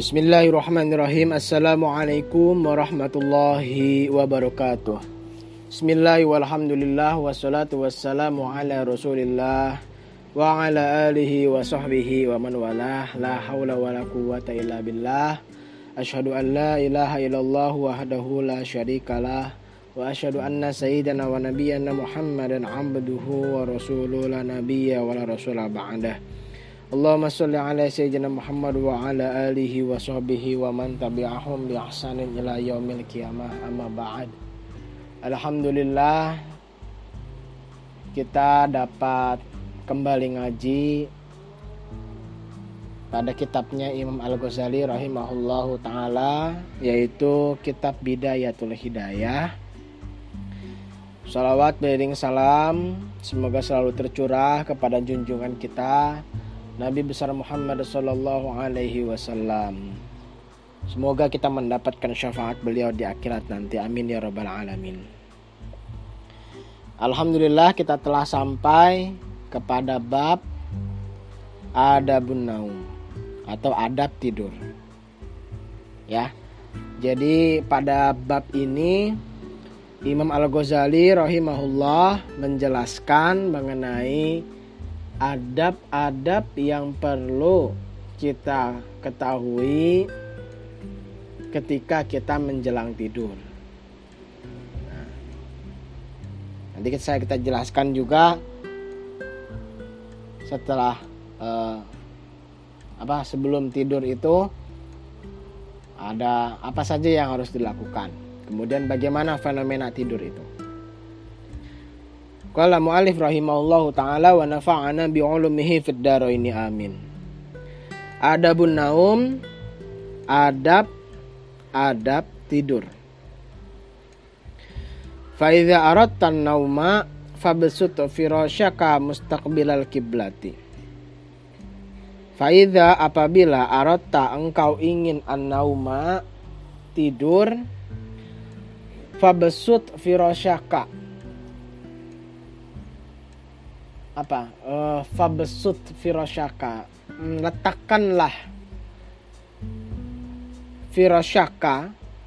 Bismillahirrahmanirrahim. Assalamualaikum warahmatullahi wabarakatuh. Bismillahirrahmanirrahim. Walhamdulillah. Wassalatu wassalamu ala rasulillah wa ala alihi wa sahbihi wa man walah. La hawla wa la quwwata illa billah. Ashhadu an la ilaha illallah wahdahu la syarikalah. Wa ashhadu anna sayyidana wa nabiyyana Muhammadan abduhu wa rasuluhu la nabiyya wa la rasula ba'dah. Allahumma sholli ala sayyidina Muhammad wa ala alihi wa sahbihi wa man tabi'ahum bi ihsanin ila yaumil qiyamah, amma ba'd. Alhamdulillah kita dapat kembali ngaji pada kitabnya Imam Al-Ghazali rahimahullahu ta'ala, yaitu kitab Bidayatul Hidayah. Salawat beriring salam semoga selalu tercurah kepada junjungan kita Nabi besar Muhammad sallallahu alaihi wasallam. Semoga kita mendapatkan syafaat beliau di akhirat nanti. Amin ya rabbal alamin. Alhamdulillah kita telah sampai kepada bab adabun naum atau adab tidur. Ya. Jadi pada bab ini Imam Al-Ghazali rahimahullah menjelaskan mengenai adab-adab yang perlu kita ketahui ketika kita menjelang tidur. Nah, nanti kita jelaskan juga setelah sebelum tidur itu ada apa saja yang harus dilakukan. Kemudian bagaimana fenomena tidur itu. Qala mu'allif rahimahullahu ta'ala wa nafa'ana bi'ulumihi fid dharaini amin. Adabun naum, adab tidur. Fa idza aradta an-nauma fabsut firasyaka mustaqbilal kiblati. Fa idza apabila aradta engkau ingin an-nauma tidur, fabsut firasyaka fabsut firasyaka, letakkanlah firasyaka,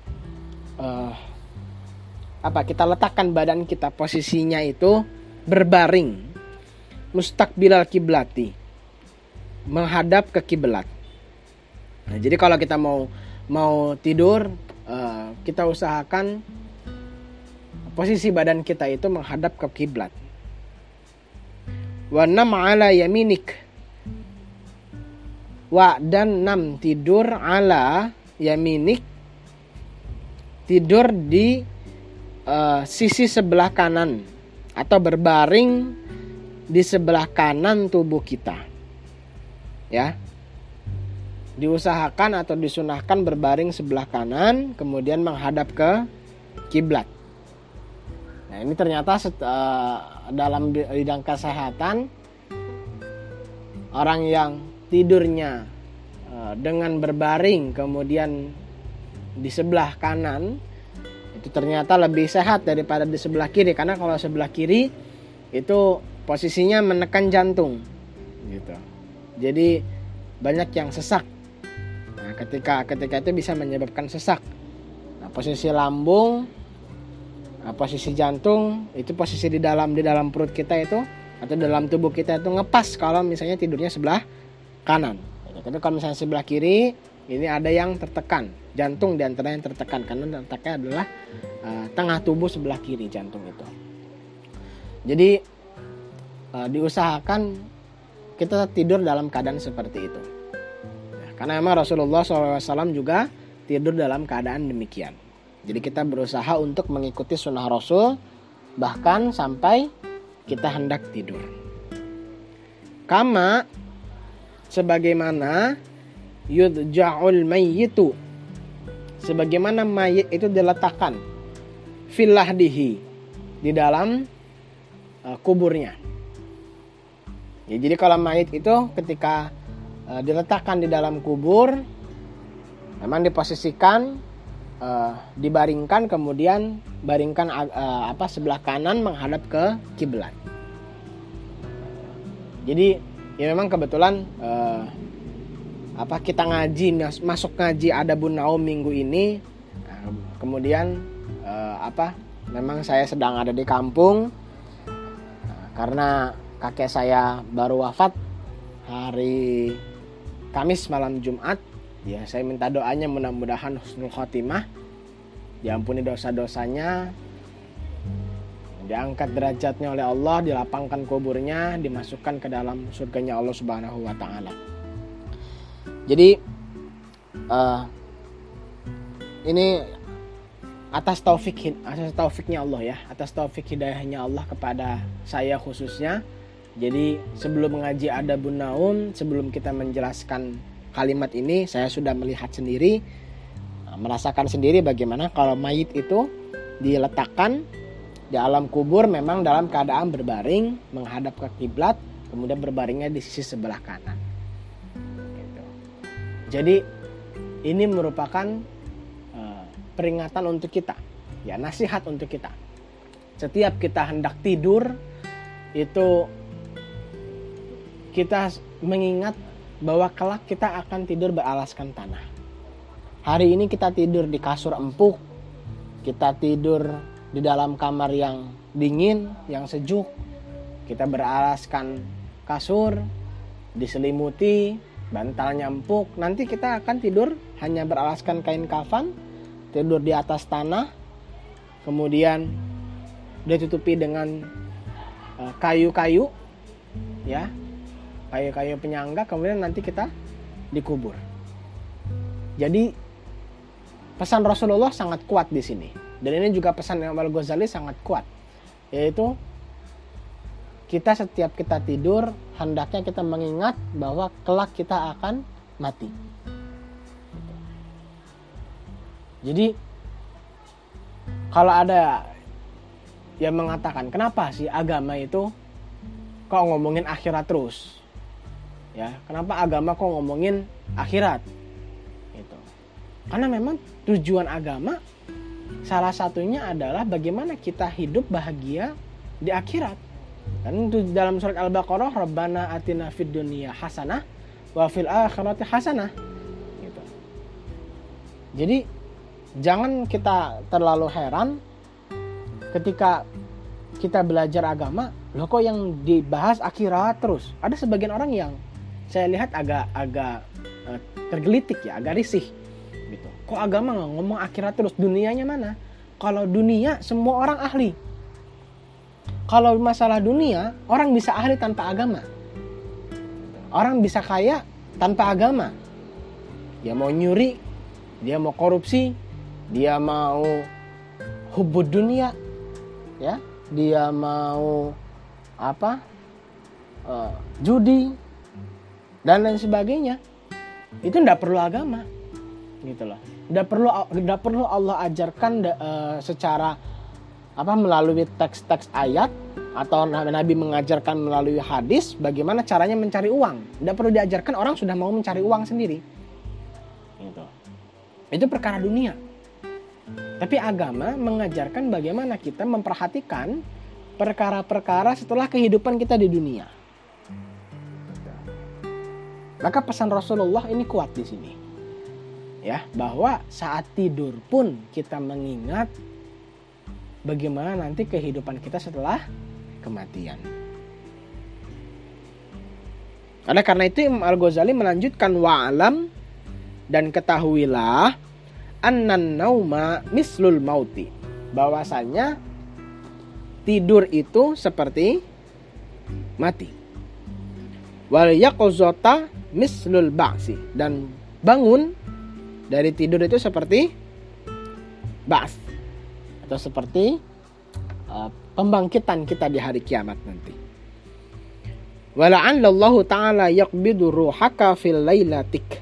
kita letakkan badan kita, posisinya itu berbaring, mustaqbilal kiblati, menghadap ke kiblat. Nah, jadi kalau kita mau tidur, kita usahakan posisi badan kita itu menghadap ke kiblat. Wa nam ala yaminik, dan nam tidur ala yaminik, tidur di sisi sebelah kanan atau berbaring di sebelah kanan tubuh kita. Ya, diusahakan atau disunahkan berbaring sebelah kanan kemudian menghadap ke kiblat. Nah, ini ternyata dalam bidang kesehatan, orang yang tidurnya dengan berbaring kemudian di sebelah kanan itu ternyata lebih sehat daripada di sebelah kiri, karena kalau sebelah kiri itu posisinya menekan jantung gitu. Jadi banyak yang sesak. Nah, ketika itu bisa menyebabkan sesak. Nah, posisi lambung, posisi jantung itu posisi di dalam perut kita itu atau dalam tubuh kita itu ngepas kalau misalnya tidurnya sebelah kanan. Tapi kalau misalnya sebelah kiri ini ada yang tertekan, jantung diantara yang tertekan karena letaknya adalah tengah tubuh sebelah kiri jantung itu. Jadi diusahakan kita tidur dalam keadaan seperti itu. Nah, karena memang Rasulullah SAW juga tidur dalam keadaan demikian. Jadi kita berusaha untuk mengikuti sunnah Rasul bahkan sampai kita hendak tidur. Kama sebagaimana yudja'ul mayyitu, sebagaimana mayit itu diletakkan fil lahdihi, di dalam kuburnya. Ya, jadi kalau mayit itu ketika diletakkan di dalam kubur memang diposisikan, dibaringkan, kemudian baringkan sebelah kanan menghadap ke kiblat. Jadi ya memang kebetulan kita masuk ngaji Adabun Naum minggu ini. Kemudian memang saya sedang ada di kampung karena kakek saya baru wafat hari Kamis malam Jumat. Ya, saya minta doanya mudah-mudahan husnul khotimah, diampuni dosa-dosanya, diangkat derajatnya oleh Allah, dilapangkan kuburnya, dimasukkan ke dalam surganya Allah Subhanahu wa taala. Jadi ini atas taufiknya Allah ya, atas taufik hidayahnya Allah kepada saya khususnya. Jadi sebelum mengaji Adabun Naum, sebelum kita menjelaskan kalimat ini, saya sudah melihat sendiri, merasakan sendiri bagaimana kalau mayit itu diletakkan di alam kubur memang dalam keadaan berbaring menghadap ke kiblat, kemudian berbaringnya di sisi sebelah kanan. Gitu. Jadi ini merupakan peringatan untuk kita, ya, nasihat untuk kita. Setiap kita hendak tidur itu kita mengingat bahwa kelak kita akan tidur beralaskan tanah. Hari ini kita tidur di kasur empuk, kita tidur di dalam kamar yang dingin, yang sejuk, kita beralaskan kasur, diselimuti, bantalnya empuk. Nanti kita akan tidur hanya beralaskan kain kafan, tidur di atas tanah, kemudian ditutupi dengan kayu-kayu, ya, kayu-kayu penyangga, kemudian nanti kita dikubur. Jadi pesan Rasulullah sangat kuat di sini, dan ini juga pesan Imam Al-Ghazali sangat kuat, yaitu setiap kita tidur hendaknya kita mengingat bahwa kelak kita akan mati. Jadi kalau ada yang mengatakan kenapa sih agama itu kok ngomongin akhirat terus, ya, kenapa agama kok ngomongin akhirat, gitu. Karena memang tujuan agama salah satunya adalah bagaimana kita hidup bahagia di akhirat. Dan dalam surat Al-Baqarah, Rabbana atina fid dunya hasanah wa fil akhirati hasanah, gitu. Jadi jangan kita terlalu heran ketika kita belajar agama, loh kok yang dibahas akhirat terus. Ada sebagian orang yang saya lihat agak tergelitik ya, agak risih gitu. Kok agama nggak ngomong akhirat terus, dunianya mana? Kalau dunia semua orang ahli. Kalau masalah dunia, orang bisa ahli tanpa agama. Orang bisa kaya tanpa agama. Dia mau nyuri, dia mau korupsi, dia mau hubbud dunia, ya, dia mau judi dan lain sebagainya. Itu tidak perlu agama, gitu loh. Tidak perlu Allah ajarkan secara melalui teks-teks ayat atau Nabi mengajarkan melalui hadis bagaimana caranya mencari uang. Tidak perlu diajarkan, orang sudah mau mencari uang sendiri. Gitu. Itu perkara dunia. Tapi agama mengajarkan bagaimana kita memperhatikan perkara-perkara setelah kehidupan kita di dunia. Maka pesan Rasulullah ini kuat di sini. Ya, bahwa saat tidur pun kita mengingat bagaimana nanti kehidupan kita setelah kematian. Oleh karena itu Imam Al-Ghazali melanjutkan wa'alam, dan ketahuilah annan nauma mislul mauti, bahwasanya tidur itu seperti mati. Wal yaqzata mislul ba'si, dan bangun dari tidur itu seperti ba'ts, atau seperti pembangkitan kita di hari kiamat nanti. Wala'allallahu ta'ala yaqbidu ruhaka fil lailatik,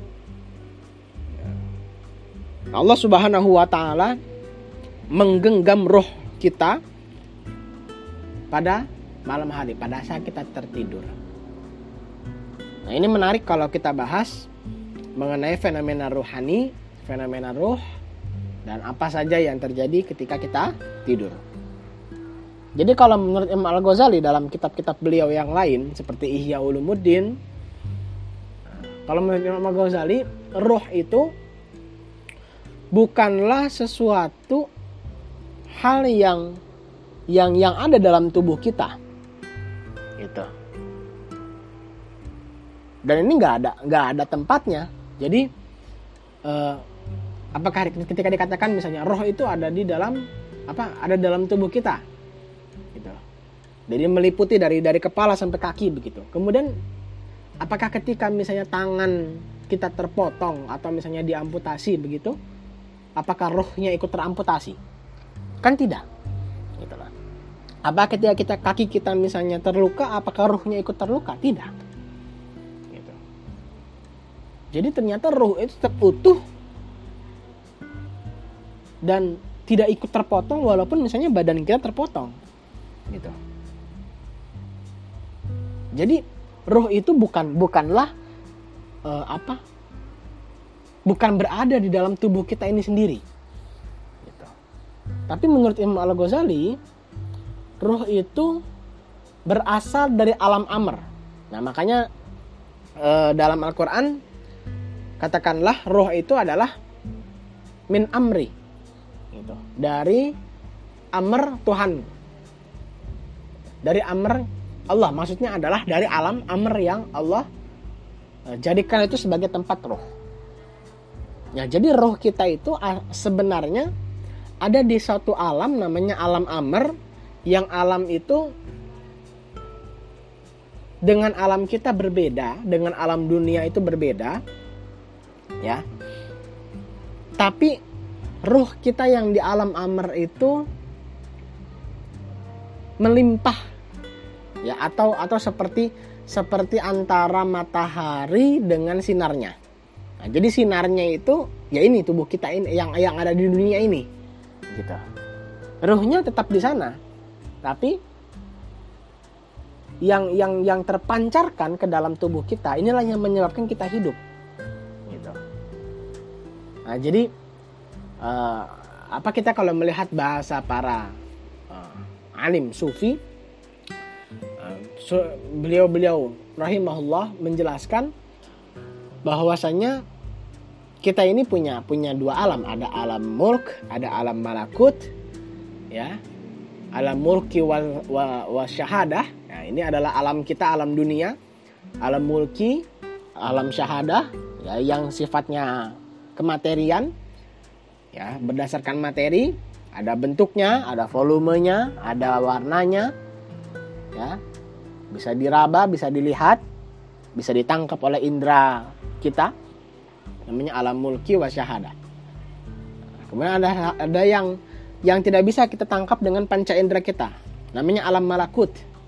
Allah Subhanahu wa ta'ala menggenggam roh kita pada malam hari, pada saat kita tertidur. Nah, ini menarik kalau kita bahas mengenai fenomena ruhani, fenomena ruh, dan apa saja yang terjadi ketika kita tidur. Jadi kalau menurut Imam Al-Ghazali dalam kitab-kitab beliau yang lain seperti Ihya Ulumuddin, Kalau menurut Imam Al-Ghazali, ruh itu bukanlah sesuatu hal yang ada dalam tubuh kita, gitu. Dan ini nggak ada tempatnya. Jadi apakah ketika dikatakan misalnya roh itu ada di dalam ada dalam tubuh kita, gitu. Jadi meliputi dari kepala sampai kaki begitu. Kemudian apakah ketika misalnya tangan kita terpotong atau misalnya diamputasi begitu, apakah rohnya ikut teramputasi? Kan tidak. Gitu lah. Apa ketika kaki kita misalnya terluka, apakah rohnya ikut terluka? Tidak. Gitu. Jadi ternyata roh itu tetap utuh dan tidak ikut terpotong walaupun misalnya badan kita terpotong. Gitu. Jadi roh itu bukanlah bukan berada di dalam tubuh kita ini sendiri. Gitu. Tapi menurut Imam Al-Ghazali, roh itu berasal dari alam amr. Nah, makanya dalam Al-Quran katakanlah roh itu adalah min amri, gitu. Dari amr Tuhan, dari amr Allah, maksudnya adalah dari alam amr yang Allah jadikan itu sebagai tempat roh. Ya, jadi roh kita itu sebenarnya ada di suatu alam namanya alam amr, yang alam itu dengan alam kita berbeda, dengan alam dunia itu berbeda, ya. Tapi roh kita yang di alam amr itu melimpah, ya, atau seperti antara matahari dengan sinarnya. Nah, jadi sinarnya itu ya ini tubuh kita ini yang ada di dunia ini, gitu. Ruhnya tetap di sana, tapi yang terpancarkan ke dalam tubuh kita inilah yang menyebabkan kita hidup, gitu. Nah, jadi kita kalau melihat bahasa para alim sufi, beliau rahimahullah menjelaskan bahwasanya kita ini punya dua alam, ada alam mulk, ada alam malakut, ya. Alam mulki wa syahadah. Nah, ini adalah alam kita, alam dunia. Alam mulki, alam syahadah, ya, yang sifatnya kematerian, ya, berdasarkan materi, ada bentuknya, ada volumenya, ada warnanya, ya. Bisa diraba, bisa dilihat, bisa ditangkap oleh indera kita, namanya alam mulki wa syahadah. Kemudian ada yang tidak bisa kita tangkap dengan panca indera kita, namanya alam malakut.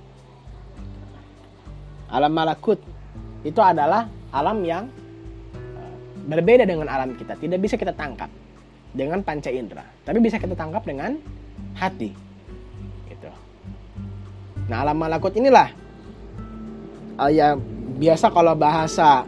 Alam malakut itu adalah alam yang berbeda dengan alam kita, tidak bisa kita tangkap dengan panca indera, tapi bisa kita tangkap dengan hati, gitu. Nah, alam malakut inilah ya biasa kalau bahasa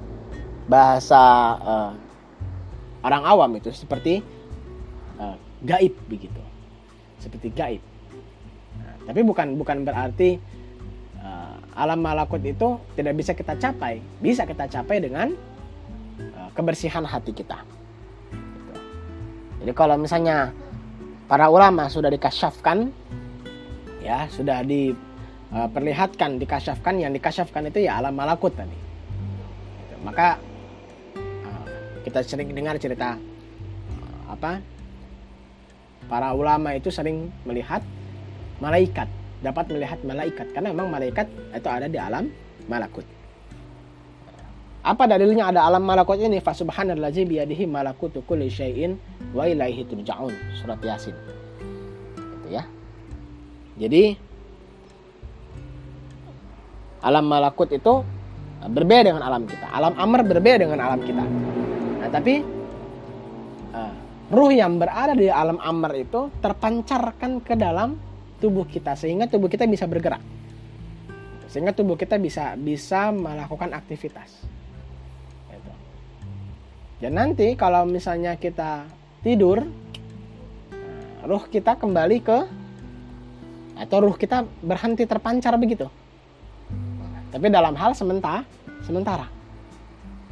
orang awam itu seperti gaib begitu, seperti gaib. Nah, tapi bukan berarti alam malakut itu tidak bisa kita capai, bisa kita capai dengan kebersihan hati kita. Gitu. Jadi kalau misalnya para ulama sudah dikasyafkan, ya, sudah diperlihatkan, dikasyafkan, yang dikasyafkan itu ya alam malakut tadi. Gitu. Maka kita sering dengar cerita para ulama itu sering melihat malaikat, dapat melihat malaikat, karena memang malaikat itu ada di alam malakut. Apa dalilnya ada alam malakut ini? Fa subhanallazi biyadihi malakutu kulli syai'in wa ilaihi turja'un, surat Yasin. Gitu ya. Jadi alam malakut itu berbeda dengan alam kita. Alam amr berbeda dengan alam kita. Nah, tapi ruh yang berada di alam amr itu terpancarkan ke dalam tubuh kita sehingga tubuh kita bisa bergerak. Sehingga tubuh kita bisa melakukan aktivitas. Gitu. Dan nanti kalau misalnya kita tidur, ruh kita kembali atau ruh kita berhenti terpancar begitu. Tapi dalam hal sementara.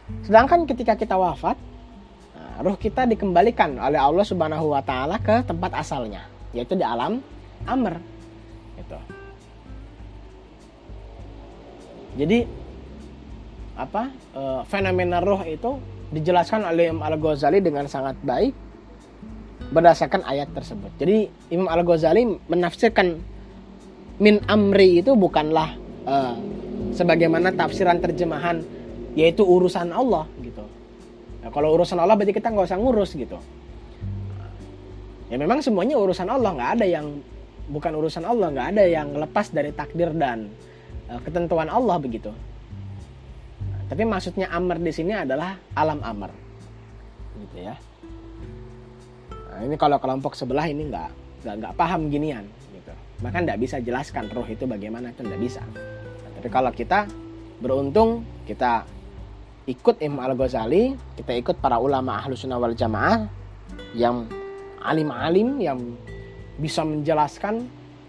Sedangkan ketika kita wafat, ruh kita dikembalikan oleh Allah Subhanahu wa taala ke tempat asalnya, yaitu di alam amr. Gitu. Jadi fenomena ruh itu dijelaskan oleh Imam Al-Ghazali dengan sangat baik berdasarkan ayat tersebut. Jadi Imam Al-Ghazali menafsirkan min amri itu bukanlah sebagaimana tafsiran terjemahan, yaitu urusan Allah gitu. Nah, kalau urusan Allah berarti kita nggak usah ngurus gitu. Ya memang semuanya urusan Allah, nggak ada yang bukan urusan Allah, nggak ada yang lepas dari takdir dan ketentuan Allah begitu. Nah, tapi maksudnya amr di sini adalah alam amr, gitu ya. Nah, ini kalau kelompok sebelah ini nggak paham ginian, gitu. Maka nggak bisa jelaskan roh itu bagaimana, itu nggak bisa. Nah, tapi kalau kita beruntung, kita ikut Imam Al-Ghazali, kita ikut para ulama Ahlus Sunnah wal Jamaah yang alim-alim yang bisa menjelaskan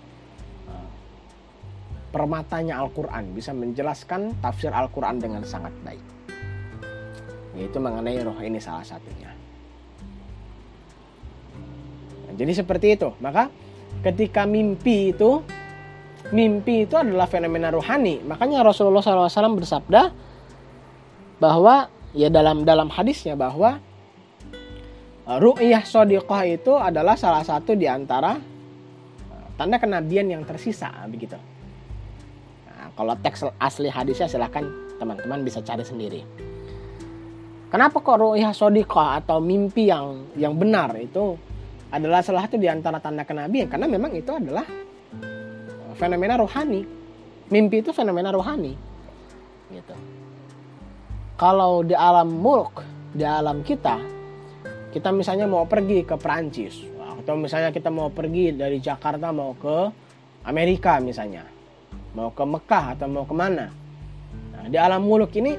permatanya Al-Quran, bisa menjelaskan tafsir Al-Quran dengan sangat baik. Yaitu mengenai roh ini salah satunya. Nah, jadi seperti itu. Maka ketika mimpi itu adalah fenomena rohani. Makanya Rasulullah SAW bersabda bahwa ya dalam hadisnya bahwa ru'yah shadiqah itu adalah salah satu di antara tanda kenabian yang tersisa begitu. Nah, kalau teks asli hadisnya silahkan teman-teman bisa cari sendiri. Kenapa kok ru'yah shadiqah atau mimpi yang benar itu adalah salah satu di antara tanda kenabian? Karena memang itu adalah fenomena rohani. Mimpi itu fenomena rohani. Gitu. Kalau di alam mulk, di alam kita misalnya mau pergi ke Perancis, atau misalnya kita mau pergi dari Jakarta mau ke Amerika misalnya, mau ke Mekah atau mau kemana. Nah, di alam muluk ini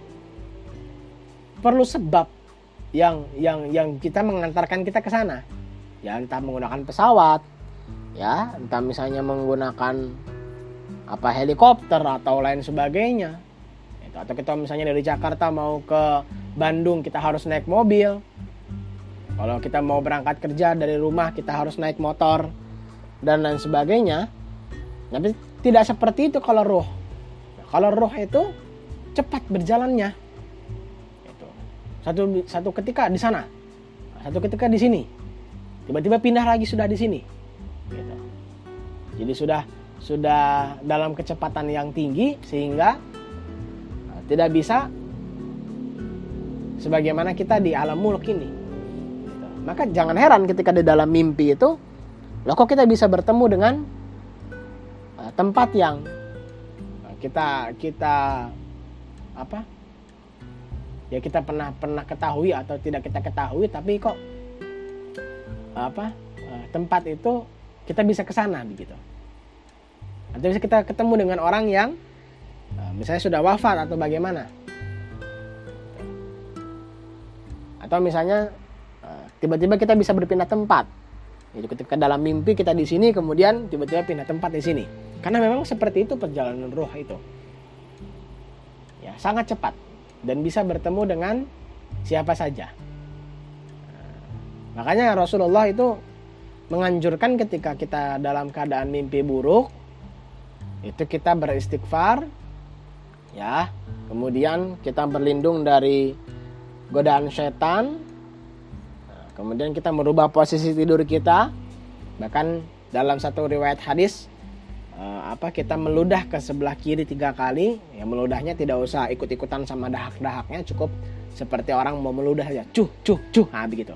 perlu sebab yang kita mengantarkan kita ke sana. Ya entah menggunakan pesawat, ya entah misalnya menggunakan helikopter atau lain sebagainya. Atau kita misalnya dari Jakarta mau ke Bandung kita harus naik mobil. Kalau kita mau berangkat kerja dari rumah kita harus naik motor dan lain sebagainya. Tapi tidak seperti itu kalau ruh. Kalau ruh itu cepat berjalannya. Satu ketika di sana, satu ketika di sini, tiba-tiba pindah lagi sudah di sini. Gitu. Jadi sudah dalam kecepatan yang tinggi sehingga tidak bisa sebagaimana kita di alam mulk ini. Maka jangan heran ketika di dalam mimpi itu, loh kok kita bisa bertemu dengan tempat yang kita pernah ketahui atau tidak kita ketahui, tapi kok tempat itu kita bisa ke sana begitu. Atau bisa kita ketemu dengan orang yang misalnya sudah wafat atau bagaimana. Atau misalnya tiba-tiba kita bisa berpindah tempat. Jadi ketika dalam mimpi kita di sini, kemudian tiba-tiba pindah tempat di sini. Karena memang seperti itu perjalanan roh itu. Ya, sangat cepat dan bisa bertemu dengan siapa saja. Makanya Rasulullah itu menganjurkan ketika kita dalam keadaan mimpi buruk, itu kita beristighfar, ya. Kemudian kita berlindung dari godaan setan. Kemudian kita merubah posisi tidur kita. Bahkan dalam satu riwayat hadis kita meludah ke sebelah kiri 3 kali. Ya, meludahnya tidak usah ikut-ikutan sama dahak-dahaknya, cukup seperti orang mau meludah saja. Cuh. Nah, begitu.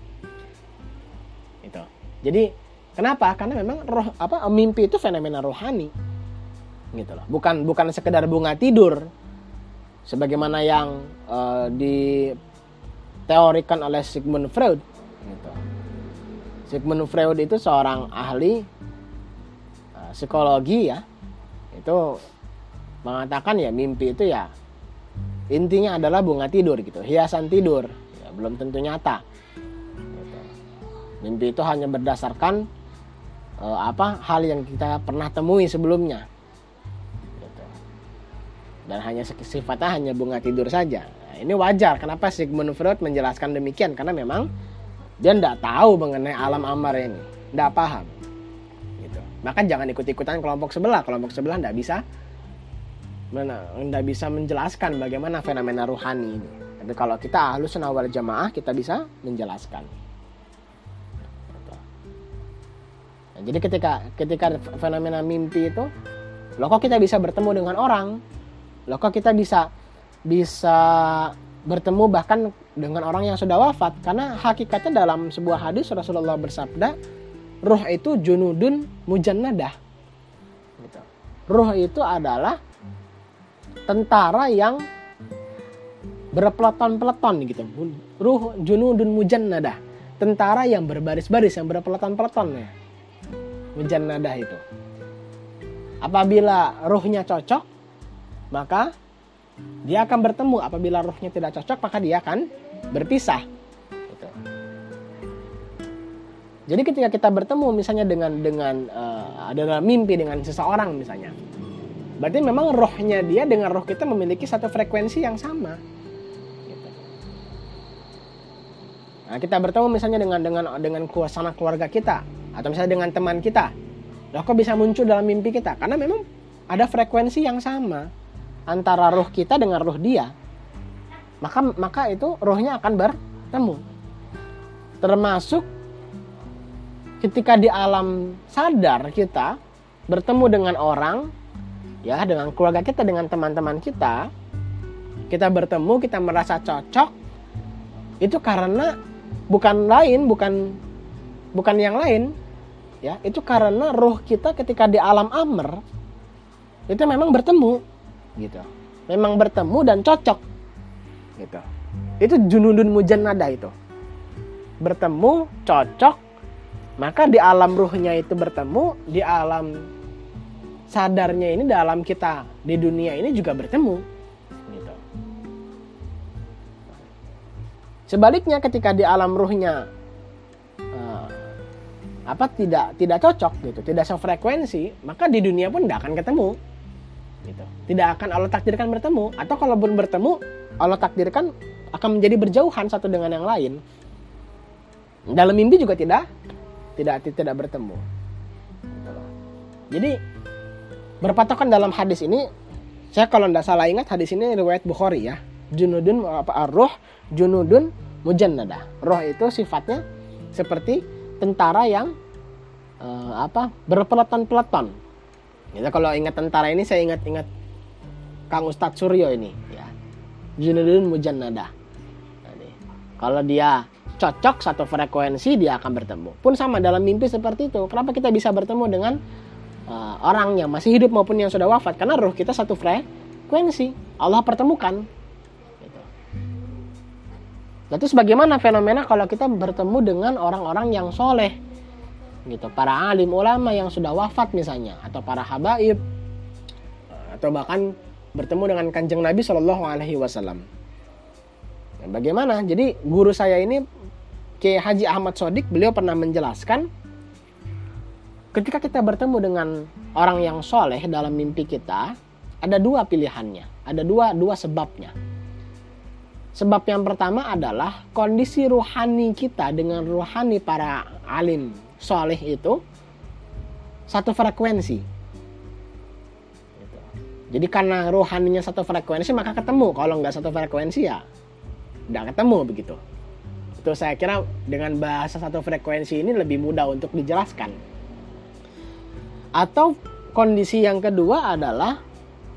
Itu. Jadi kenapa? Karena memang mimpi itu fenomena rohani. Gitu loh. Bukan sekedar bunga tidur sebagaimana yang diteorikan oleh Sigmund Freud. Gitu. Sigmund Freud itu seorang ahli psikologi, ya. Itu mengatakan ya mimpi itu ya intinya adalah bunga tidur gitu, hiasan tidur, ya, belum tentu nyata. Gitu. Mimpi itu hanya berdasarkan hal yang kita pernah temui sebelumnya. Gitu. dan hanya sifatnya hanya bunga tidur saja. Nah, ini wajar. Kenapa Sigmund Freud menjelaskan demikian? Karena memang dia tidak tahu mengenai alam amar ini, tidak paham. Gitu. Maka jangan ikut-ikutan kelompok sebelah. Kelompok sebelah tidak bisa menjelaskan bagaimana fenomena ruhani ini. Tapi kalau kita Ahlus Sunnah wal Jamaah, kita bisa menjelaskan. Nah, jadi ketika fenomena mimpi itu, loh kok kita bisa bertemu dengan orang? Loh kok kita bisa bertemu bahkan dengan orang yang sudah wafat? Karena hakikatnya dalam sebuah hadis Rasulullah bersabda, ruh itu junudun mujannadah. Gitu. Ruh itu adalah tentara yang berpeleton-peleton gitu. Ruh junudun mujannadah, tentara yang berbaris-baris, yang berpeleton-peleton ya. Mujannadah itu. Apabila ruhnya cocok, maka dia akan bertemu. Apabila ruhnya tidak cocok, maka dia akan berpisah. Gitu. Jadi ketika kita bertemu misalnya dengan dalam mimpi dengan seseorang misalnya, berarti memang rohnya dia dengan roh kita memiliki satu frekuensi yang sama. Gitu. Nah, kita bertemu misalnya dengan suasana keluarga kita, atau misalnya dengan teman kita. Loh kok bisa muncul dalam mimpi kita? Karena memang ada frekuensi yang sama antara roh kita dengan roh dia. Maka itu rohnya akan bertemu. Termasuk ketika di alam sadar kita bertemu dengan orang, ya, dengan keluarga kita, dengan teman-teman kita bertemu, kita merasa cocok, itu karena bukan yang lain, ya, itu karena roh kita ketika di alam amr itu memang bertemu, gitu, memang bertemu dan cocok, gitu. Itu junudun mujannadah, itu bertemu cocok, maka di alam ruhnya itu bertemu, di alam sadarnya ini, di alam kita di dunia ini juga bertemu, gitu. Sebaliknya ketika di alam ruhnya tidak cocok, gitu, tidak sefrekuensi, maka di dunia pun tidak akan ketemu, gitu. Tidak akan Allah takdirkan bertemu, atau kalaupun bertemu, Allah takdirkan akan menjadi berjauhan satu dengan yang lain. Dalam mimpi juga tidak bertemu. Jadi berpatokan dalam hadis ini, saya kalau tidak salah ingat hadis ini riwayat Bukhari ya. Junudun ar-ruh junudun mujannadah. Roh itu sifatnya seperti tentara yang berpeleton-peleton. Gitu, kalau ingat tentara ini saya ingat Kang Ustadz Suryo ini ya. Junudun mujannadah. Kalau dia cocok satu frekuensi, dia akan bertemu. Pun sama dalam mimpi seperti itu. Kenapa kita bisa bertemu dengan orang yang masih hidup maupun yang sudah wafat? Karena roh kita satu frekuensi. Allah pertemukan. Gitu. Terus bagaimana fenomena kalau kita bertemu dengan orang-orang yang soleh? Gitu. Para alim ulama yang sudah wafat misalnya, atau para habaib, atau bahkan bertemu dengan Kanjeng Nabi SAW. Nah, bagaimana? Jadi guru saya ini Kiai Haji Ahmad Sodik, beliau pernah menjelaskan, ketika kita bertemu dengan orang yang soleh dalam mimpi kita, ada dua pilihannya, ada dua sebabnya. Sebab yang pertama adalah kondisi ruhani kita dengan ruhani para alim soleh itu satu frekuensi. Jadi karena ruhaninya satu frekuensi, maka ketemu. Kalau nggak satu frekuensi ya nggak ketemu, begitu. Itu saya kira dengan bahasa satu frekuensi ini lebih mudah untuk dijelaskan. Atau kondisi yang kedua adalah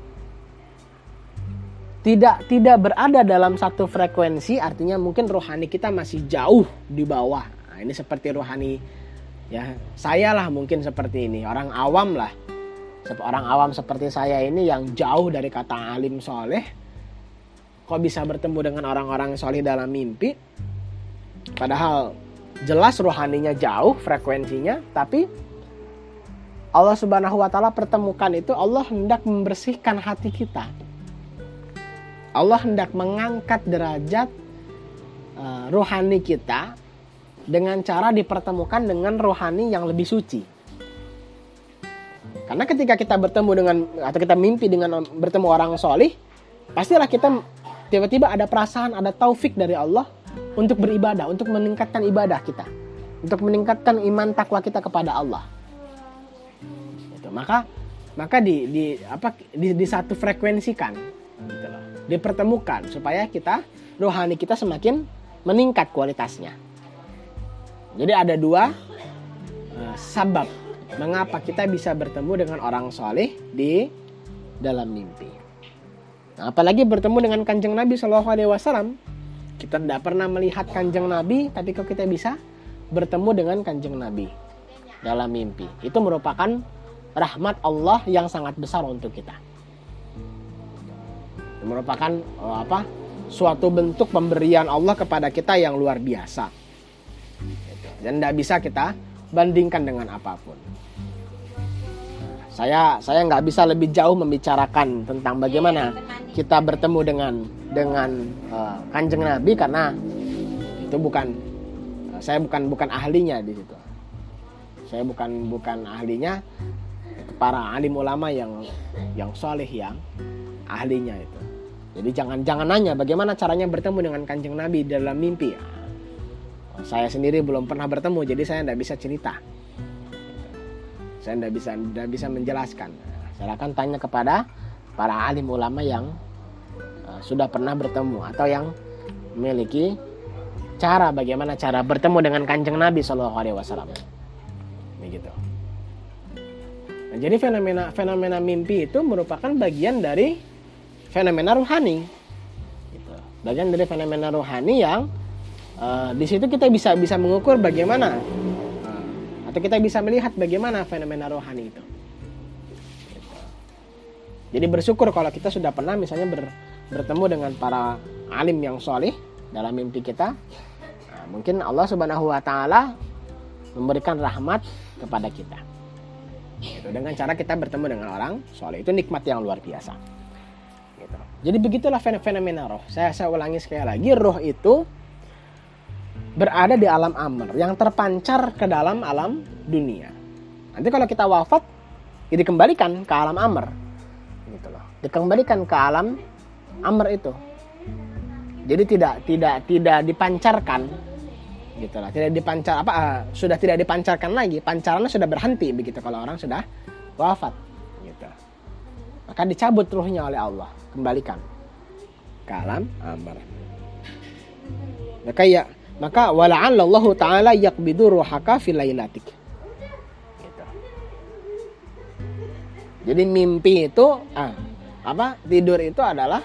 tidak berada dalam satu frekuensi, artinya mungkin rohani kita masih jauh di bawah. Nah, ini seperti rohani ya saya lah, mungkin seperti ini, orang awam lah. Orang awam seperti saya ini yang jauh dari kata alim soleh, kok bisa bertemu dengan orang-orang soleh dalam mimpi? Padahal jelas rohaninya jauh frekuensinya, tapi Allah Subhanahu wa Ta'ala pertemukan itu. Allah hendak membersihkan hati kita. Allah hendak mengangkat derajat rohani kita dengan cara dipertemukan dengan rohani yang lebih suci. Karena ketika kita bertemu dengan atau kita mimpi dengan bertemu orang solih, pastilah kita tiba-tiba ada perasaan, ada taufik dari Allah untuk beribadah, untuk meningkatkan ibadah kita, untuk meningkatkan iman takwa kita kepada Allah. Itu. Maka disatu frekuensikan, gitu loh. Dipertemukan supaya rohani kita semakin meningkat kualitasnya. Jadi ada dua sabab mengapa kita bisa bertemu dengan orang soleh di dalam mimpi. Nah, apalagi bertemu dengan Kanjeng Nabi SAW. Kita tidak pernah melihat Kanjeng Nabi, tapi kok kita bisa bertemu dengan Kanjeng Nabi dalam mimpi. Itu merupakan rahmat Allah yang sangat besar untuk kita. Itu merupakan suatu bentuk pemberian Allah kepada kita yang luar biasa. Dan tidak bisa kita bandingkan dengan apapun. Saya nggak bisa lebih jauh membicarakan tentang bagaimana kita bertemu dengan Kanjeng Nabi, karena itu saya bukan ahlinya di situ. Saya bukan ahlinya. Para alim ulama yang soleh yang ahlinya itu. Jadi jangan nanya bagaimana caranya bertemu dengan Kanjeng Nabi dalam mimpi. Saya sendiri belum pernah bertemu, jadi saya tidak bisa cerita. Saya tidak bisa menjelaskan. Silakan tanya kepada para alim ulama yang sudah pernah bertemu atau yang memiliki bagaimana cara bertemu dengan Kanjeng Nabi SAW. Begitu. Nah, jadi fenomena mimpi itu merupakan bagian dari fenomena rohani. Gitu. Bagian dari fenomena rohani yang di situ kita bisa mengukur bagaimana atau kita bisa melihat bagaimana fenomena rohani itu. Gitu. Jadi bersyukur kalau kita sudah pernah misalnya bertemu dengan para alim yang soleh dalam mimpi kita. Nah, mungkin Allah Subhanahu Wa Taala memberikan rahmat kepada kita. Gitu. Dengan cara kita bertemu dengan orang soleh, itu nikmat yang luar biasa. Gitu. Jadi begitulah fenomena roh. Saya ulangi sekali lagi, roh itu berada di alam amr yang terpancar ke dalam alam dunia. Nanti kalau kita wafat, ya dikembalikan ke alam amr, gitu loh. Dikembalikan ke alam amr itu. Jadi tidak dipancarkan, gitu loh. Sudah tidak dipancarkan lagi. Pancarannya sudah berhenti begitu kalau orang sudah wafat, gitu. Maka dicabut ruhnya oleh Allah, kembalikan ke alam amr. Maka wala'allallahu ta'ala yaqbidu ruhaka fi lailatik. Gitu. Jadi mimpi itu tidur itu adalah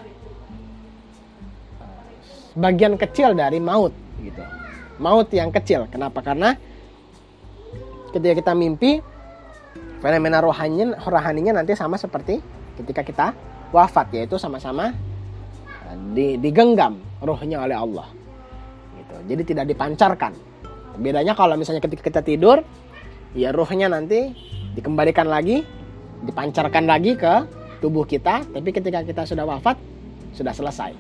bagian kecil dari maut, gitu. Maut yang kecil. Kenapa? Karena ketika kita mimpi, fenomena rohaninya nanti sama seperti ketika kita wafat, yaitu sama-sama digenggam ruhnya oleh Allah. Jadi tidak dipancarkan. Bedanya kalau misalnya ketika kita tidur, ya ruhnya nanti dikembalikan lagi, dipancarkan lagi ke tubuh kita. Tapi ketika kita sudah wafat, sudah selesai.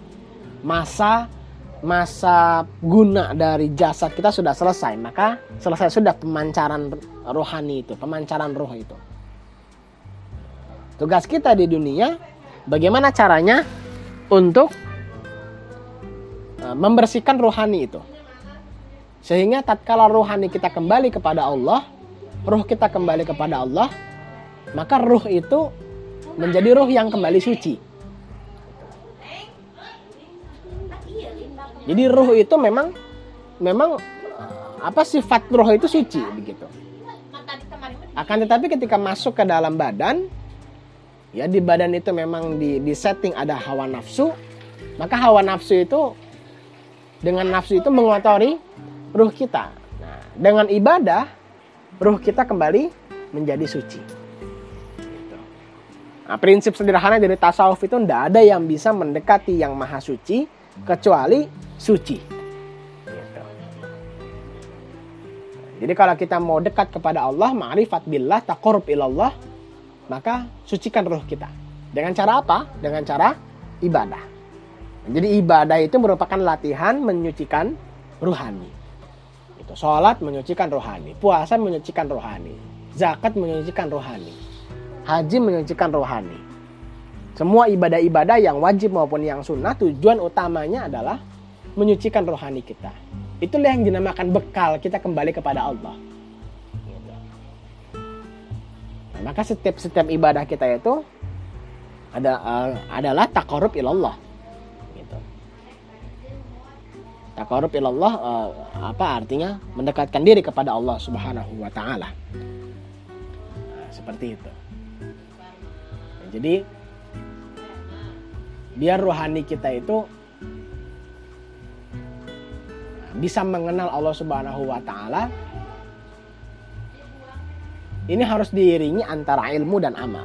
Masa guna dari jasad kita sudah selesai. Maka selesai sudah pemancaran rohani itu, pemancaran roh itu. Tugas kita di dunia, bagaimana caranya untuk membersihkan rohani itu, sehingga tatkala rohani kita kembali kepada Allah, ruh kita kembali kepada Allah, maka ruh itu menjadi ruh yang kembali suci. Jadi ruh itu memang sifat ruh itu suci begitu. Akan tetapi ketika masuk ke dalam badan, ya di badan itu memang di setting ada hawa nafsu, maka hawa nafsu itu dengan nafsu itu mengotori ruh kita. Nah, dengan ibadah, ruh kita kembali menjadi suci. Gitu. Nah, prinsip sederhana dari tasawuf itu tidak ada yang bisa mendekati yang maha suci kecuali suci. Gitu. Jadi kalau kita mau dekat kepada Allah, ma'rifat billah, taqarrub ilallah, maka sucikan ruh kita. Dengan cara apa? Dengan cara ibadah. Jadi ibadah itu merupakan latihan menyucikan rohani. Itu sholat menyucikan rohani, puasa menyucikan rohani, zakat menyucikan rohani. Haji menyucikan rohani. Semua ibadah-ibadah yang wajib maupun yang sunnah, tujuan utamanya adalah menyucikan rohani kita. Itulah yang dinamakan bekal kita kembali kepada Allah. Gitu. Nah, maka setiap ibadah kita itu adalah taqarrub ilallah. Gitu. Taqarrub ilallah apa artinya? Mendekatkan diri kepada Allah Subhanahu wa taala. Nah, seperti itu. Nah, jadi biar rohani kita itu bisa mengenal Allah Subhanahu wa taala, ini harus diiringi antara ilmu dan amal.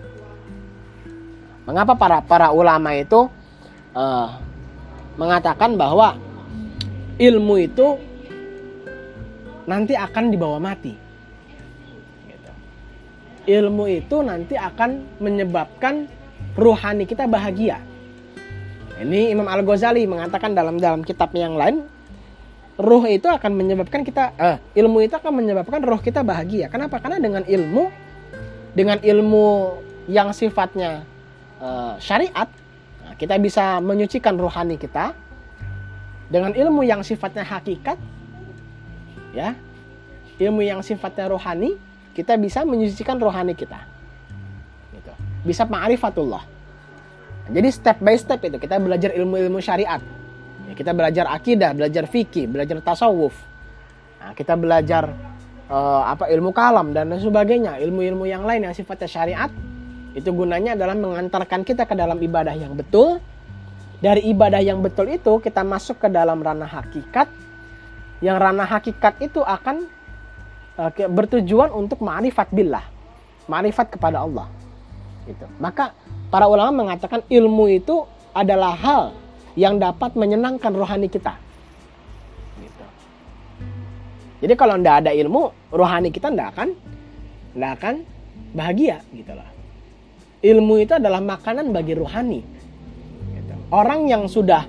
Mengapa para ulama itu mengatakan bahwa ilmu itu nanti akan dibawa mati. Gitu. Ilmu itu nanti akan menyebabkan ruhani kita bahagia. Ini Imam Al-Ghazali mengatakan dalam kitabnya yang lain, ruh itu akan menyebabkan kita ilmu itu akan menyebabkan roh kita bahagia. Kenapa? Karena dengan ilmu yang sifatnya syariat, kita bisa menyucikan rohani kita. Dengan ilmu yang sifatnya hakikat, ya, ilmu yang sifatnya rohani, kita bisa menyucikan rohani kita. Gitu. Bisa ma'rifatullah. Jadi step by step itu kita belajar ilmu-ilmu syariat. Ya, kita belajar akidah, belajar fikih, belajar tasawuf. Nah, kita belajar ilmu kalam dan sebagainya, ilmu-ilmu yang lain yang sifatnya syariat. Itu gunanya adalah mengantarkan kita ke dalam ibadah yang betul. Dari ibadah yang betul itu kita masuk ke dalam ranah hakikat. Yang ranah hakikat itu akan bertujuan untuk ma'rifat billah, ma'rifat kepada Allah. Gitu. Maka para ulama mengatakan ilmu itu adalah hal yang dapat menyenangkan rohani kita. Gitu. Jadi kalau tidak ada ilmu, rohani kita tidak akan bahagia, gitulah. Ilmu itu adalah makanan bagi rohani. Gitu. Orang yang sudah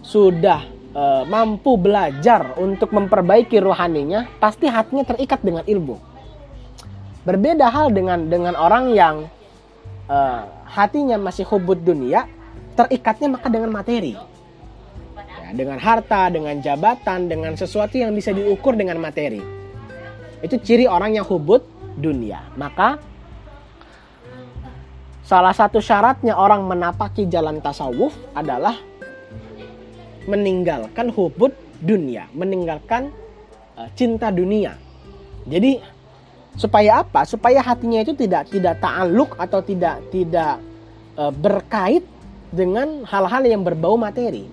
mampu belajar untuk memperbaiki rohaninya, pasti hatinya terikat dengan ilmu. Berbeda hal dengan orang yang hatinya masih hubud dunia, terikatnya maka dengan materi, ya, dengan harta, dengan jabatan, dengan sesuatu yang bisa diukur dengan materi. Itu ciri orang yang hubud dunia. Maka salah satu syaratnya orang menapaki jalan tasawuf adalah meninggalkan hubud dunia, meninggalkan cinta dunia. Jadi supaya apa? Supaya hatinya itu tidak ta'alluq atau tidak berkait dengan hal-hal yang berbau materi.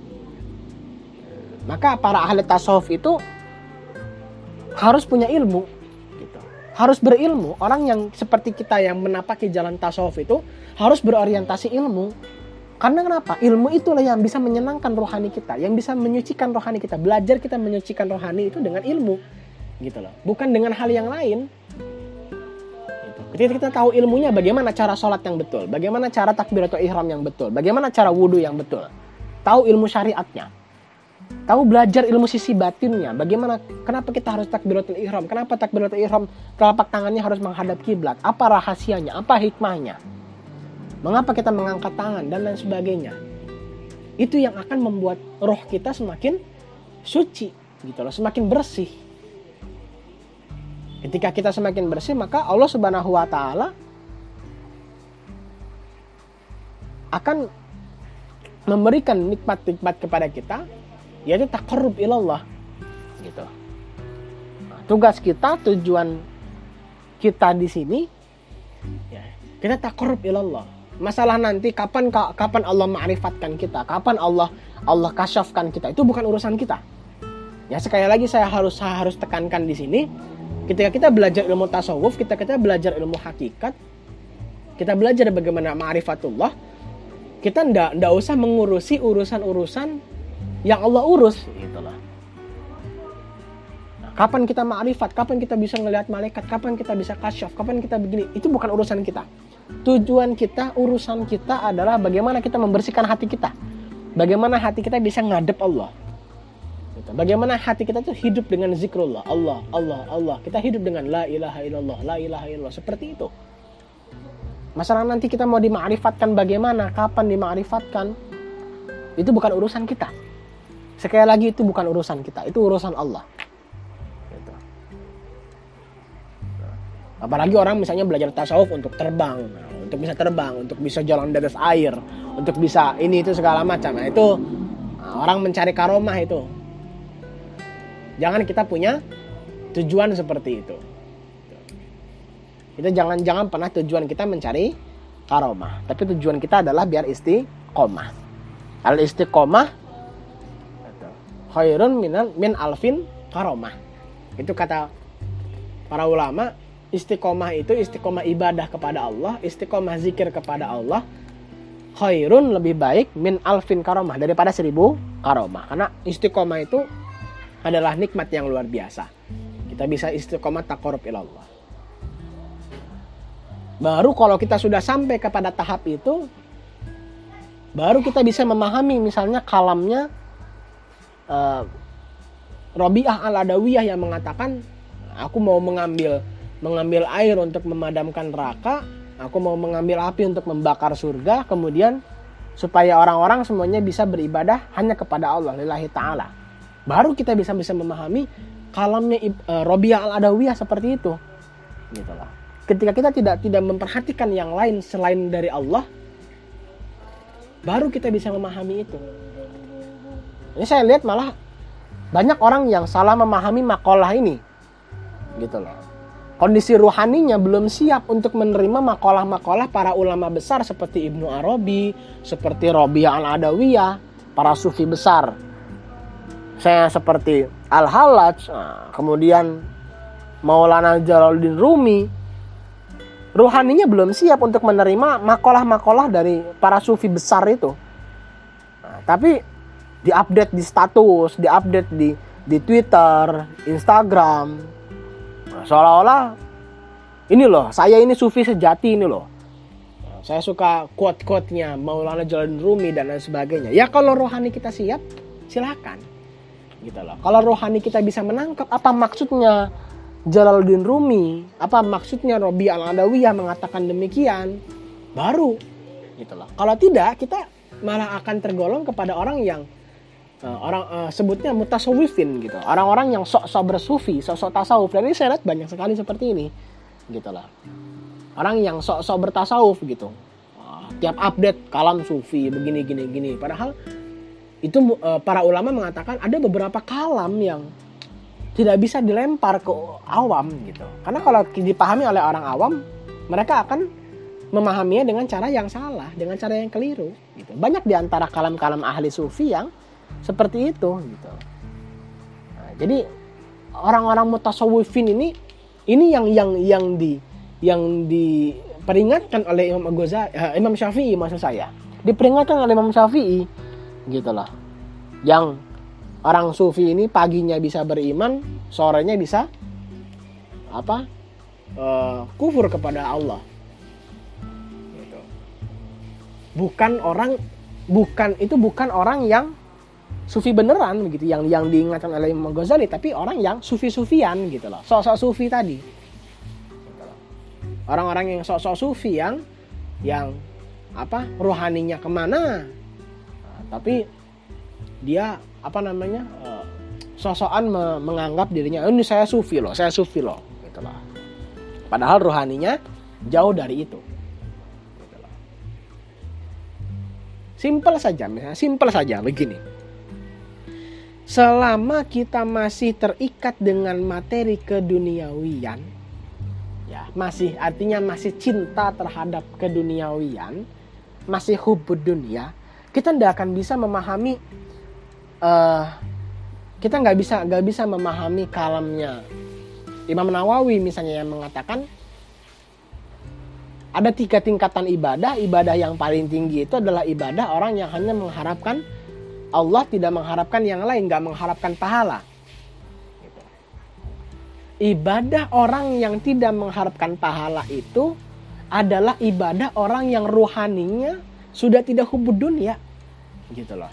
Maka para ahli tasawuf itu harus punya ilmu, gitu. Harus berilmu. Orang yang seperti kita yang menapaki jalan tasawuf itu harus berorientasi ilmu. Karena kenapa? Ilmu itulah yang bisa menyenangkan rohani kita, yang bisa menyucikan rohani kita. Belajar kita menyucikan rohani itu dengan ilmu, gitu loh. Bukan dengan hal yang lain. Ketika kita tahu ilmunya, bagaimana cara sholat yang betul, bagaimana cara takbiratul ihram yang betul, bagaimana cara wudhu yang betul, tahu ilmu syariatnya, tahu belajar ilmu sisi batinnya, bagaimana, kenapa kita harus takbiratul ihram, kenapa takbiratul ihram telapak tangannya harus menghadap kiblat, apa rahasianya, apa hikmahnya, mengapa kita mengangkat tangan dan lain sebagainya. Itu yang akan membuat roh kita semakin suci, gitu loh, semakin bersih. Ketika kita semakin bersih, maka Allah Subhanahu wa taala akan memberikan nikmat-nikmat kepada kita, yaitu taqarrub ilallah, gitu. Nah, tugas kita, tujuan kita di sini, ya, kita taqarrub ilallah. Masalah nanti kapan Allah ma'rifatkan kita, kapan Allah kasyafkan kita, itu bukan urusan kita. Ya, sekali lagi saya harus tekankan di sini. Ketika kita belajar ilmu tasawuf, kita belajar ilmu hakikat, kita belajar bagaimana ma'rifatullah, kita ndak usah mengurusi urusan-urusan yang Allah urus, gitulah. Nah, kapan kita ma'rifat, kapan kita bisa ngelihat malaikat, kapan kita bisa kasyaf, kapan kita begini, itu bukan urusan kita. Tujuan kita, urusan kita adalah bagaimana kita membersihkan hati kita, bagaimana hati kita bisa ngadep Allah. Bagaimana hati kita tuh hidup dengan zikrullah, Allah. Kita hidup dengan la ilaha illallah, la ilaha illallah, seperti itu. Masalah nanti kita mau dima'rifatkan bagaimana, kapan dima'rifatkan, itu bukan urusan kita. Sekali lagi, itu bukan urusan kita, itu urusan Allah. Gitu. Apalagi orang misalnya belajar tasawuf untuk terbang, untuk bisa terbang, untuk bisa jalan di atas air, untuk bisa ini itu segala macam. Nah, itu orang mencari karomah itu. Jangan kita punya tujuan seperti itu. Kita jangan pernah tujuan kita mencari karomah, tapi tujuan kita adalah biar istiqomah. Al istiqomah khairun min alfin karomah. Itu kata para ulama. Istiqomah itu istiqomah ibadah kepada Allah, istiqomah zikir kepada Allah, khairun lebih baik min alfin karomah, daripada 1000 karomah. Karena istiqomah itu adalah nikmat yang luar biasa. Kita bisa istiqomah taqarrub ilallah. Baru kalau kita sudah sampai kepada tahap itu, baru kita bisa memahami misalnya kalamnya Rabi'ah al-Adawiyah yang mengatakan, aku mau mengambil air untuk memadamkan neraka, aku mau mengambil api untuk membakar surga, kemudian supaya orang-orang semuanya bisa beribadah hanya kepada Allah lillahi ta'ala. Baru kita bisa memahami kalamnya Rabi'ah al-Adawiyah seperti itu. Gitu lah. Ketika kita tidak memperhatikan yang lain selain dari Allah, baru kita bisa memahami itu. Ini saya lihat malah banyak orang yang salah memahami makalah ini. Gitu loh. Kondisi ruhaninya belum siap untuk menerima makalah-makalah para ulama besar seperti Ibnu Arabi, seperti Rabi'ah al-Adawiyah, para sufi besar. Saya seperti Al-Hallaj, kemudian Maulana Jalaluddin Rumi. Ruhaninya belum siap untuk menerima makalah-makalah dari para sufi besar itu. Tapi diupdate di status, diupdate di Twitter, Instagram, seolah-olah ini loh, saya ini sufi sejati ini loh. Saya suka quote-quote-nya Maulana Jalaluddin Rumi dan lain sebagainya. Ya kalau rohani kita siap, silakan. Gitu loh. Kalau rohani kita bisa menangkap apa maksudnya Jalaluddin Rumi, apa maksudnya Rabi'ah al-Adawiyah mengatakan demikian, baru gitu loh. Kalau tidak, kita malah akan tergolong kepada orang yang sebutnya mutasawwifin gitu. Orang-orang yang sok-sok bersufi, sok-sok tasawuf. Dan ini saya lihat banyak sekali seperti ini. Gitu lah. Orang yang sok-sok bertasawuf gitu. Tiap update kalam sufi begini gini. Padahal itu para ulama mengatakan ada beberapa kalam yang tidak bisa dilempar ke awam gitu. Karena kalau dipahami oleh orang awam, mereka akan memahaminya dengan cara yang salah, dengan cara yang keliru gitu. Banyak di antara kalam-kalam ahli sufi yang seperti itu gitu. Nah, jadi orang-orang mutasawwifin ini yang diperingatkan oleh Imam Syafi'i, maksud saya. Diperingatkan oleh Imam Syafi'i gitu loh. Yang orang sufi ini paginya bisa beriman, sorenya bisa kufur kepada Allah. Gitu. Bukan orang yang sufi beneran begitu, yang diingatkan oleh Imam Ghazali, tapi orang yang sufi-sufian gitu loh, sok-sok sufi tadi. Gitu loh. Orang-orang yang sok-sok sufi yang rohaninya kemana, tapi dia sosokan menganggap dirinya ini saya sufi loh gitu loh. Padahal rohaninya jauh dari itu. Gitu loh. Simpel saja begini. Selama kita masih terikat dengan materi keduniawian, ya, artinya masih cinta terhadap keduniawian, masih hubbud dunia, kita tidak akan bisa memahami kita nggak bisa memahami kalamnya Imam Nawawi misalnya yang mengatakan ada 3 tingkatan ibadah. Ibadah yang paling tinggi itu adalah ibadah orang yang hanya mengharapkan Allah, tidak mengharapkan yang lain, nggak mengharapkan pahala. Ibadah orang yang tidak mengharapkan pahala itu adalah ibadah orang yang rohaninya sudah tidak hubbud dunya, gitu loh.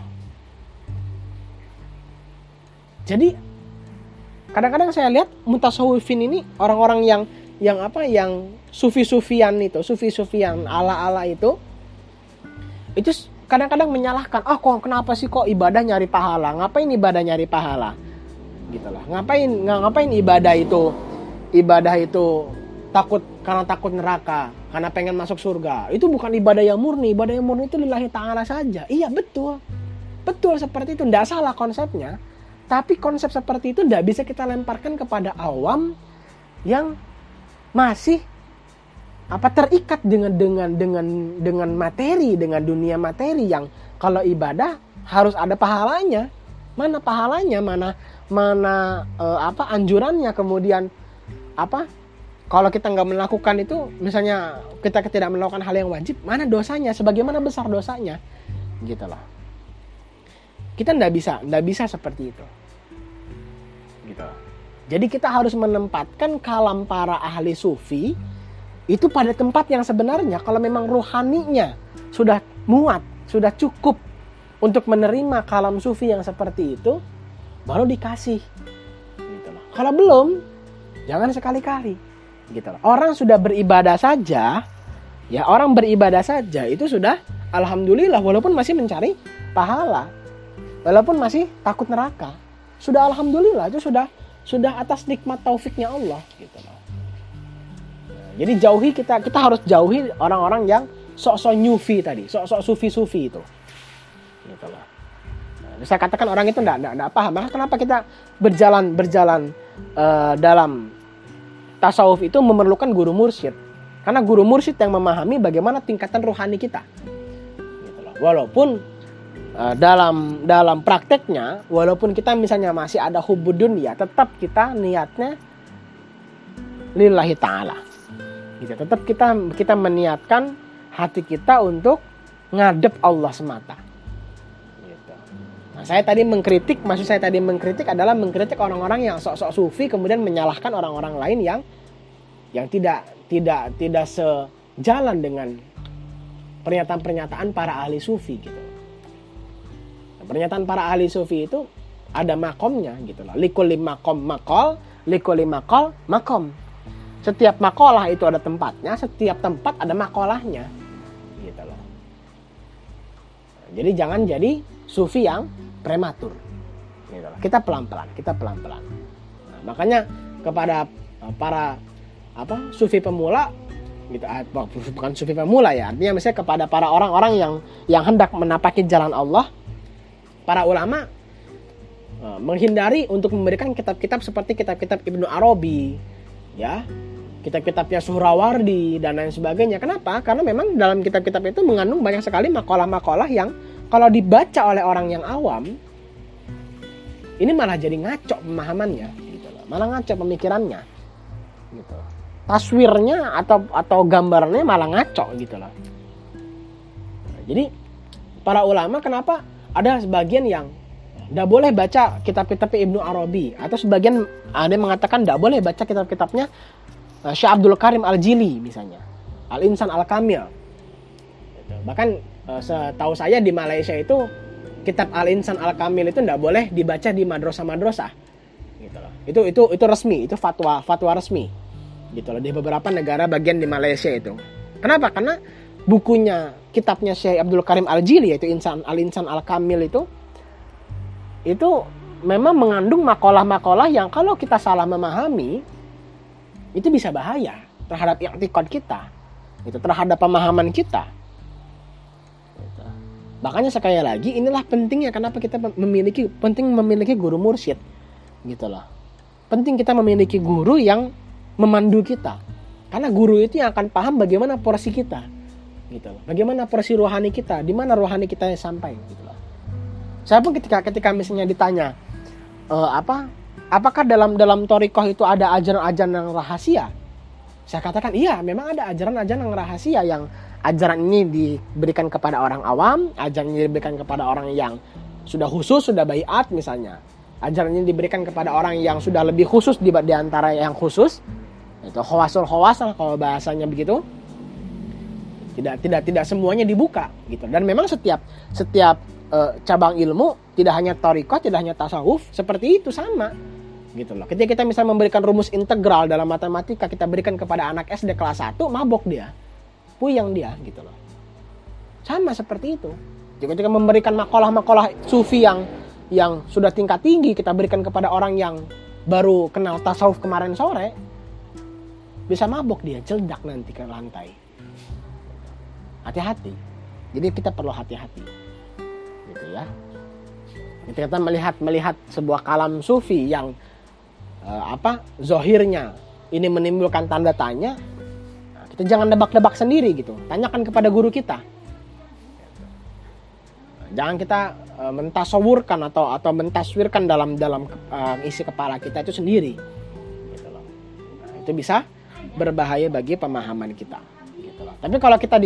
Jadi kadang-kadang saya lihat mutasawwifin ini orang-orang yang yang sufi-sufian ala-ala itu kadang-kadang menyalahkan, kok kenapa sih kok ibadah nyari pahala? Ngapain ibadah nyari pahala? Gitu lah. Ngapain ibadah itu karena takut neraka, karena pengen masuk surga. Itu bukan ibadah yang murni. Ibadah yang murni itu lillahi ta'ala saja. Iya, betul. Betul seperti itu, enggak salah konsepnya. Tapi konsep seperti itu enggak bisa kita lemparkan kepada awam yang masih terikat dengan materi, dengan dunia materi yang kalau ibadah harus ada pahalanya. Mana pahalanya, mana anjurannya, kemudian kalau kita nggak melakukan itu, misalnya kita tidak melakukan hal yang wajib, mana dosanya, sebagaimana besar dosanya, gitu loh. Kita nggak bisa seperti itu, gitu. Jadi kita harus menempatkan kalam para ahli sufi itu pada tempat yang sebenarnya. Kalau memang rohaninya sudah muat, sudah cukup untuk menerima kalam sufi yang seperti itu, baru dikasih, gitu loh. Kalau belum, jangan sekali-kali, gitu loh. Orang sudah beribadah saja, itu sudah alhamdulillah, walaupun masih mencari pahala, walaupun masih takut neraka, sudah alhamdulillah, itu sudah atas nikmat taufiknya Allah, gitu loh. Jadi kita harus jauhi orang-orang yang sok-sok nyufi tadi, sok-sok sufi-sufi itu. Gitu loh. Nah, saya katakan orang itu enggak paham. Maka kenapa kita berjalan dalam tasawuf itu memerlukan guru mursyid? Karena guru mursyid yang memahami bagaimana tingkatan rohani kita. Gitu loh. Walaupun dalam prakteknya, walaupun kita misalnya masih ada hubbud dunya, tetap kita niatnya lillahi ta'ala. Gitu. Tetap kita meniatkan hati kita untuk ngadep Allah semata. Gitu. Nah, maksud saya tadi mengkritik adalah mengkritik orang-orang yang sok-sok sufi kemudian menyalahkan orang-orang lain yang tidak sejalan dengan pernyataan-pernyataan para ahli sufi, gitu. Nah, pernyataan para ahli sufi itu ada makomnya, gitu loh. Likulli makom makol, likulli makol makom. Setiap makalah itu ada tempatnya, setiap tempat ada makalahnya, gitu loh. Jadi jangan jadi sufi yang prematur, gitu loh. Kita pelan-pelan. Nah, makanya kepada para sufi pemula, gitu, bukan sufi pemula ya, artinya misalnya kepada para orang-orang yang hendak menapaki jalan Allah, para ulama menghindari untuk memberikan kitab-kitab seperti kitab-kitab Ibnu Arabi, ya, kitab-kitabnya Suhrawardi dan lain sebagainya. Kenapa? Karena memang dalam kitab-kitab itu mengandung banyak sekali makalah-makalah yang kalau dibaca oleh orang yang awam, ini malah jadi ngaco pemahamannya, gitu loh. Malah ngaco pemikirannya, gitu. Taswirnya atau gambarnya malah ngaco, gitu loh. Nah, jadi para ulama kenapa ada sebagian yang tidak boleh baca kitab-kitab Ibnu Arabi, atau sebagian ada yang mengatakan tidak boleh baca kitab-kitabnya Syekh Abdul Karim Al-Jili misalnya, Al-Insan Al-Kamil. Bahkan setahu saya di Malaysia itu kitab Al-Insan Al-Kamil itu tidak boleh dibaca di madrasah-madrasah, gitu loh. Itu resmi, itu fatwa resmi, gitu loh, di beberapa negara bagian di Malaysia itu. Kenapa? Karena bukunya, kitabnya Syekh Abdul Karim Al-Jili, yaitu Al-Insan Al-Kamil itu memang mengandung makalah-makalah yang kalau kita salah memahami itu bisa bahaya terhadap i'tiqad kita, itu terhadap pemahaman kita. Gitu. Makanya sekali lagi inilah pentingnya kenapa kita penting memiliki guru mursyid, gitu loh. Penting kita memiliki guru yang memandu kita, karena guru itu yang akan paham bagaimana porsi kita, gitu loh. Bagaimana porsi rohani kita, di mana rohani kita sampai, gitu loh. Saya pun ketika misalnya ditanya apakah dalam thariqah itu ada ajaran-ajaran yang rahasia? Saya katakan iya, memang ada ajaran-ajaran yang rahasia, yang ajaran ini diberikan kepada orang awam, ajaran ini diberikan kepada orang yang sudah khusus, sudah baiat misalnya. Ajaran ini diberikan kepada orang yang sudah lebih khusus di antara yang khusus. Itu khawasul khawas kalau bahasanya begitu. Tidak semuanya dibuka, gitu. Dan memang setiap cabang ilmu, tidak hanya thariqah, tidak hanya tasawuf, seperti itu sama. gitu loh. Ketika kita misalnya memberikan rumus integral dalam matematika, kita berikan kepada anak SD kelas 1, mabok dia, puyeng dia gitu loh. Sama seperti itu. Jika kita memberikan makalah-makalah sufi yang sudah tingkat tinggi, kita berikan kepada orang yang baru kenal tasawuf kemarin sore, bisa mabok dia, celedak nanti ke lantai. Hati-hati. Jadi kita perlu hati-hati. Gitu ya. Ketika kita melihat sebuah kalam sufi yang zohirnya ini menimbulkan tanda tanya, kita jangan debak-debak sendiri gitu. Tanyakan kepada guru kita. Jangan kita mentasawurkan atau mentaswirkan dalam isi kepala kita itu sendiri. Gitu loh. Nah, itu bisa berbahaya bagi pemahaman kita. Gitu loh. Tapi kalau kita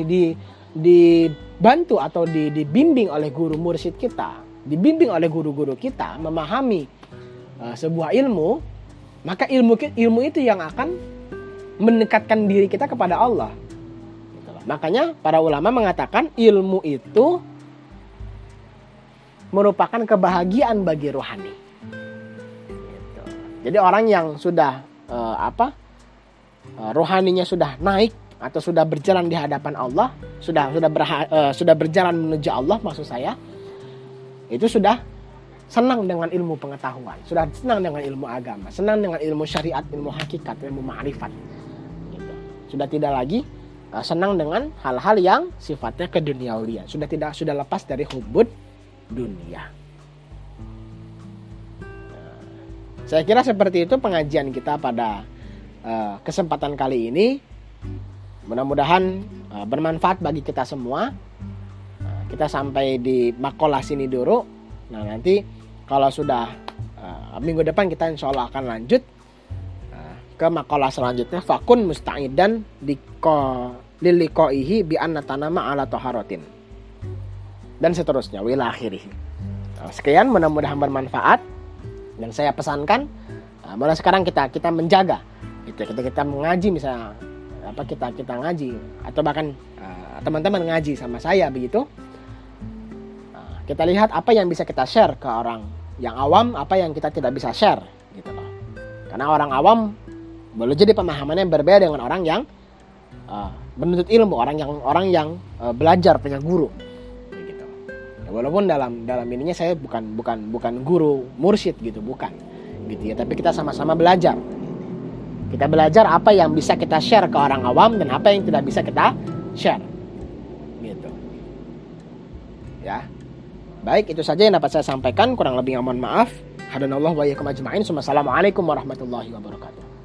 dibantu atau dibimbing oleh guru mursyid kita, dibimbing oleh guru-guru kita memahami sebuah ilmu, maka ilmu itu yang akan mendekatkan diri kita kepada Allah. Gitu loh. Makanya para ulama mengatakan ilmu itu merupakan kebahagiaan bagi rohani. Gitu. Jadi orang yang sudah rohaninya sudah naik atau sudah berjalan di hadapan Allah, sudah berjalan menuju Allah maksud saya, itu sudah senang dengan ilmu pengetahuan, sudah senang dengan ilmu agama, senang dengan ilmu syariat, ilmu hakikat, ilmu ma'rifat. Gitu. Sudah tidak lagi senang dengan hal-hal yang sifatnya keduniawian, sudah lepas dari hubud dunia. Saya kira seperti itu pengajian kita pada kesempatan kali ini. Mudah-mudahan bermanfaat bagi kita semua. Kita sampai di makalah sini dulu. Nah nanti kalau sudah minggu depan kita insya Allah akan lanjut ke makalah selanjutnya. Fakun musta'idan liliqaihi bi anna tanama ala taharatin. Dan seterusnya, wila akhirih. Sekian, mudah-mudahan bermanfaat. Dan saya pesankan, mulai sekarang kita menjaga. Kita mengaji misalnya, kita ngaji atau bahkan teman-teman ngaji sama saya begitu. Kita lihat apa yang bisa kita share ke orang yang awam, apa yang kita tidak bisa share, gitu loh. Karena orang awam boleh jadi pemahamannya berbeda dengan orang yang menuntut ilmu, orang yang belajar punya guru. Walaupun dalam ininya saya bukan guru mursyid gitu, bukan gitu ya, tapi kita sama-sama belajar. Kita belajar apa yang bisa kita share ke orang awam dan apa yang tidak bisa kita share. Gitu. Ya. Baik, itu saja yang dapat saya sampaikan, kurang lebihnya mohon maaf. Hadanallahu wa iyyakum ajma'in. Assalamualaikum warahmatullahi wabarakatuh.